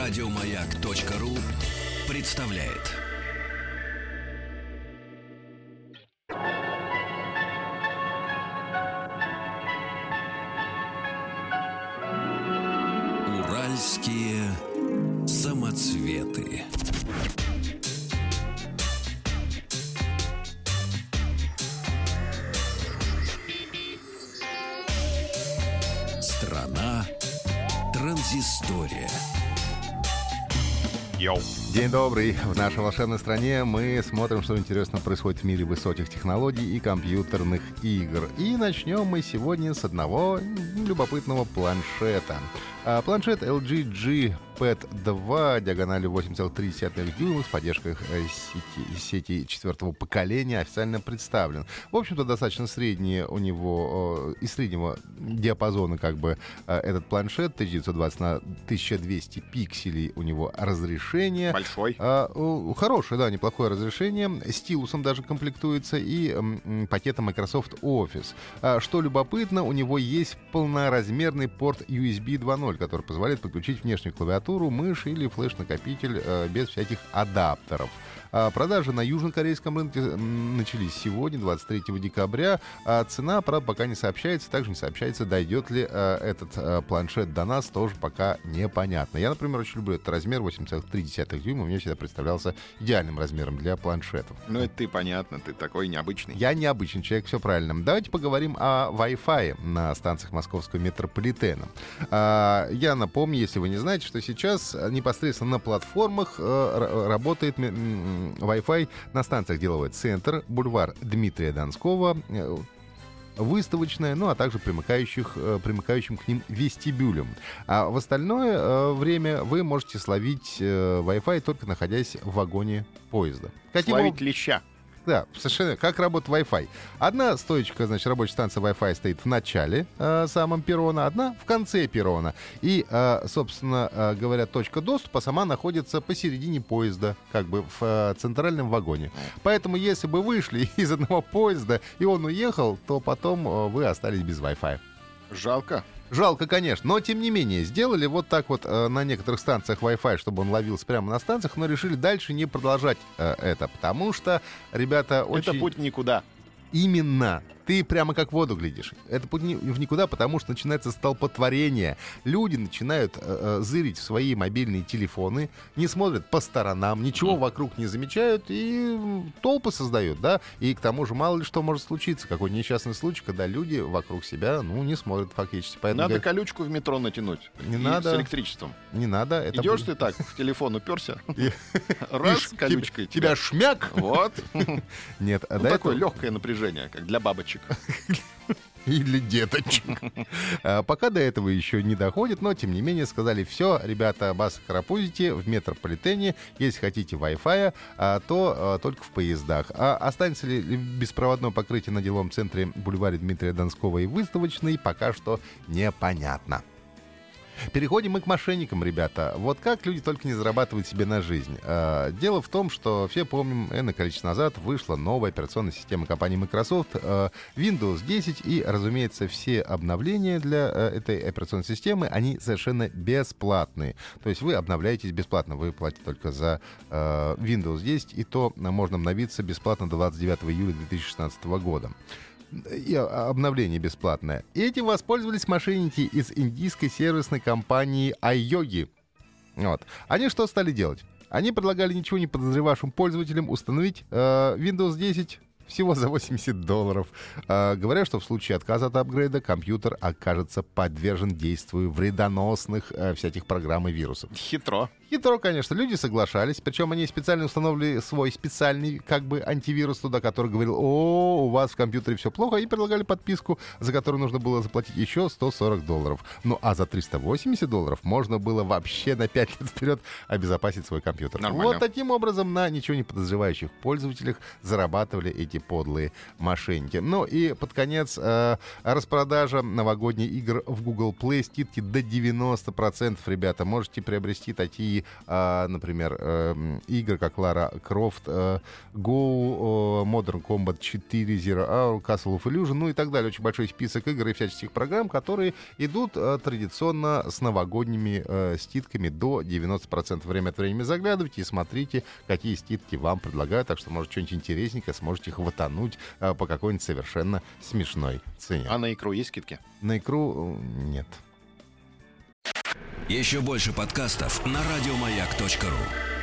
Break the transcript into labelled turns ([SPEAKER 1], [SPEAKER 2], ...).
[SPEAKER 1] Радиомаяк.ру представляет. Уральские самоцветы. Страна транзистория.
[SPEAKER 2] Йоу. День добрый. В нашей волшебной стране мы смотрим, что интересно происходит в мире высоких технологий и компьютерных игр. И начнем мы сегодня с одного любопытного планшета. Планшет LG G Pad 2 диагональю 8,3 дюйма с поддержкой сети четвертого поколения официально представлен. В общем-то, достаточно средний у него из среднего диапазона этот планшет. 1920 на 1200 пикселей у него разрешение.
[SPEAKER 3] Большой.
[SPEAKER 2] Хорошее, да, неплохое разрешение. Стилусом даже комплектуется и пакетом Microsoft Office. Что любопытно, у него есть полноразмерный порт USB 2.0, который позволяет подключить внешнюю клавиатуру, мышь или флеш-накопитель без всяких адаптеров. Продажи на южнокорейском рынке начались сегодня, 23 декабря. Цена, правда, пока не сообщается. Также не сообщается, дойдет ли этот планшет до нас, тоже пока непонятно. Я, например, очень люблю этот размер 8,3 дюйма. Мне всегда представлялся идеальным размером для планшетов.
[SPEAKER 3] Ну, это ты, понятно, ты такой необычный.
[SPEAKER 2] Я необычный человек, все правильно. Давайте поговорим о Wi-Fi на станциях московского метрополитена. Я напомню, если вы не знаете, что сейчас непосредственно на платформах работает Wi-Fi на станциях Деловой центр, бульвар Дмитрия Донского, выставочная, ну а также примыкающим к ним вестибюлем. А в остальное время вы можете словить Wi-Fi, только находясь в вагоне поезда.
[SPEAKER 3] Словить леща.
[SPEAKER 2] Да, совершенно. Как работает Wi-Fi? Одна стоечка, значит, рабочая станция Wi-Fi стоит в начале самом перрона, одна в конце перрона. И, собственно говоря, точка доступа сама находится посередине поезда, как бы в центральном вагоне. Поэтому, если бы вышли из одного поезда и он уехал, то потом вы остались без Wi-Fi.
[SPEAKER 3] Жалко.
[SPEAKER 2] Жалко, конечно, но тем не менее сделали вот так вот на некоторых станциях Wi-Fi, чтобы он ловился прямо на станциях, но решили дальше не продолжать это, потому что, ребята, очень...
[SPEAKER 3] Это путь никуда.
[SPEAKER 2] Именно. Ты прямо как в воду глядишь. Это путь в никуда, потому что начинается столпотворение. Люди начинают зырить в свои мобильные телефоны, не смотрят по сторонам, ничего вокруг не замечают и толпы создают, да? И к тому же мало ли что может случиться. Какой несчастный случай, когда люди вокруг себя, не смотрят фактически. Поэтому
[SPEAKER 3] надо колючку в метро натянуть.
[SPEAKER 2] Не надо.
[SPEAKER 3] С электричеством.
[SPEAKER 2] Не надо.
[SPEAKER 3] Идешь ты так, в телефон уперся, раз, колючкой.
[SPEAKER 2] Тебя шмяк.
[SPEAKER 3] Вот.
[SPEAKER 2] Нет.
[SPEAKER 3] Такое легкое напряжение, как для бабочек.
[SPEAKER 2] Или деточек. Пока до этого еще не доходит, но, тем не менее, сказали, все, ребята, бас карапузите в метрополитене. Если хотите Wi-Fi, то только в поездах. А останется ли беспроводное покрытие на деловом центре бульваре Дмитрия Донского и выставочной, пока что непонятно. Переходим мы к мошенникам, ребята. Вот как люди только не зарабатывают себе на жизнь. Дело в том, что все помним, энное количество назад вышла новая операционная система компании Microsoft, Windows 10, и, разумеется, все обновления для этой операционной системы, они совершенно бесплатные. То есть вы обновляетесь бесплатно, вы платите только за Windows 10, и то можно обновиться бесплатно до 29 июля 2016 года. И обновление бесплатное. И этим воспользовались мошенники из индийской сервисной компании iYogi. Вот. Они что стали делать? Они предлагали ничего не подозревавшим пользователям установить Windows 10 всего за $80. Говорят, что в случае отказа от апгрейда компьютер окажется подвержен действию вредоносных всяких программ и вирусов.
[SPEAKER 3] Хитро.
[SPEAKER 2] Хитро, конечно. Люди соглашались. Причем они специально установили свой специальный антивирус туда, который говорил: у вас в компьютере все плохо, и предлагали подписку, за которую нужно было заплатить еще $140. Ну, а за $380 можно было вообще на 5 лет вперед обезопасить свой компьютер.
[SPEAKER 3] Нормально.
[SPEAKER 2] Вот таким образом на ничего не подозревающих пользователях зарабатывали эти подлые мошенники. Ну и под конец распродажа новогодних игр в Google Play, скидки до 90%, ребята. Можете приобрести такие такие, например, игры, как Lara Croft, Go, Modern Combat 4, Zero Hour, Castle of Illusion, ну и так далее. Очень большой список игр и всяческих программ, которые идут традиционно с новогодними скидками до 90%. Время от времени заглядывайте и смотрите, какие скидки вам предлагают. Так что, может, что-нибудь интересненькое сможете хватануть по какой-нибудь совершенно смешной цене.
[SPEAKER 3] А на икру есть скидки?
[SPEAKER 2] На икру нет.
[SPEAKER 1] Еще больше подкастов на радиомаяк.ру.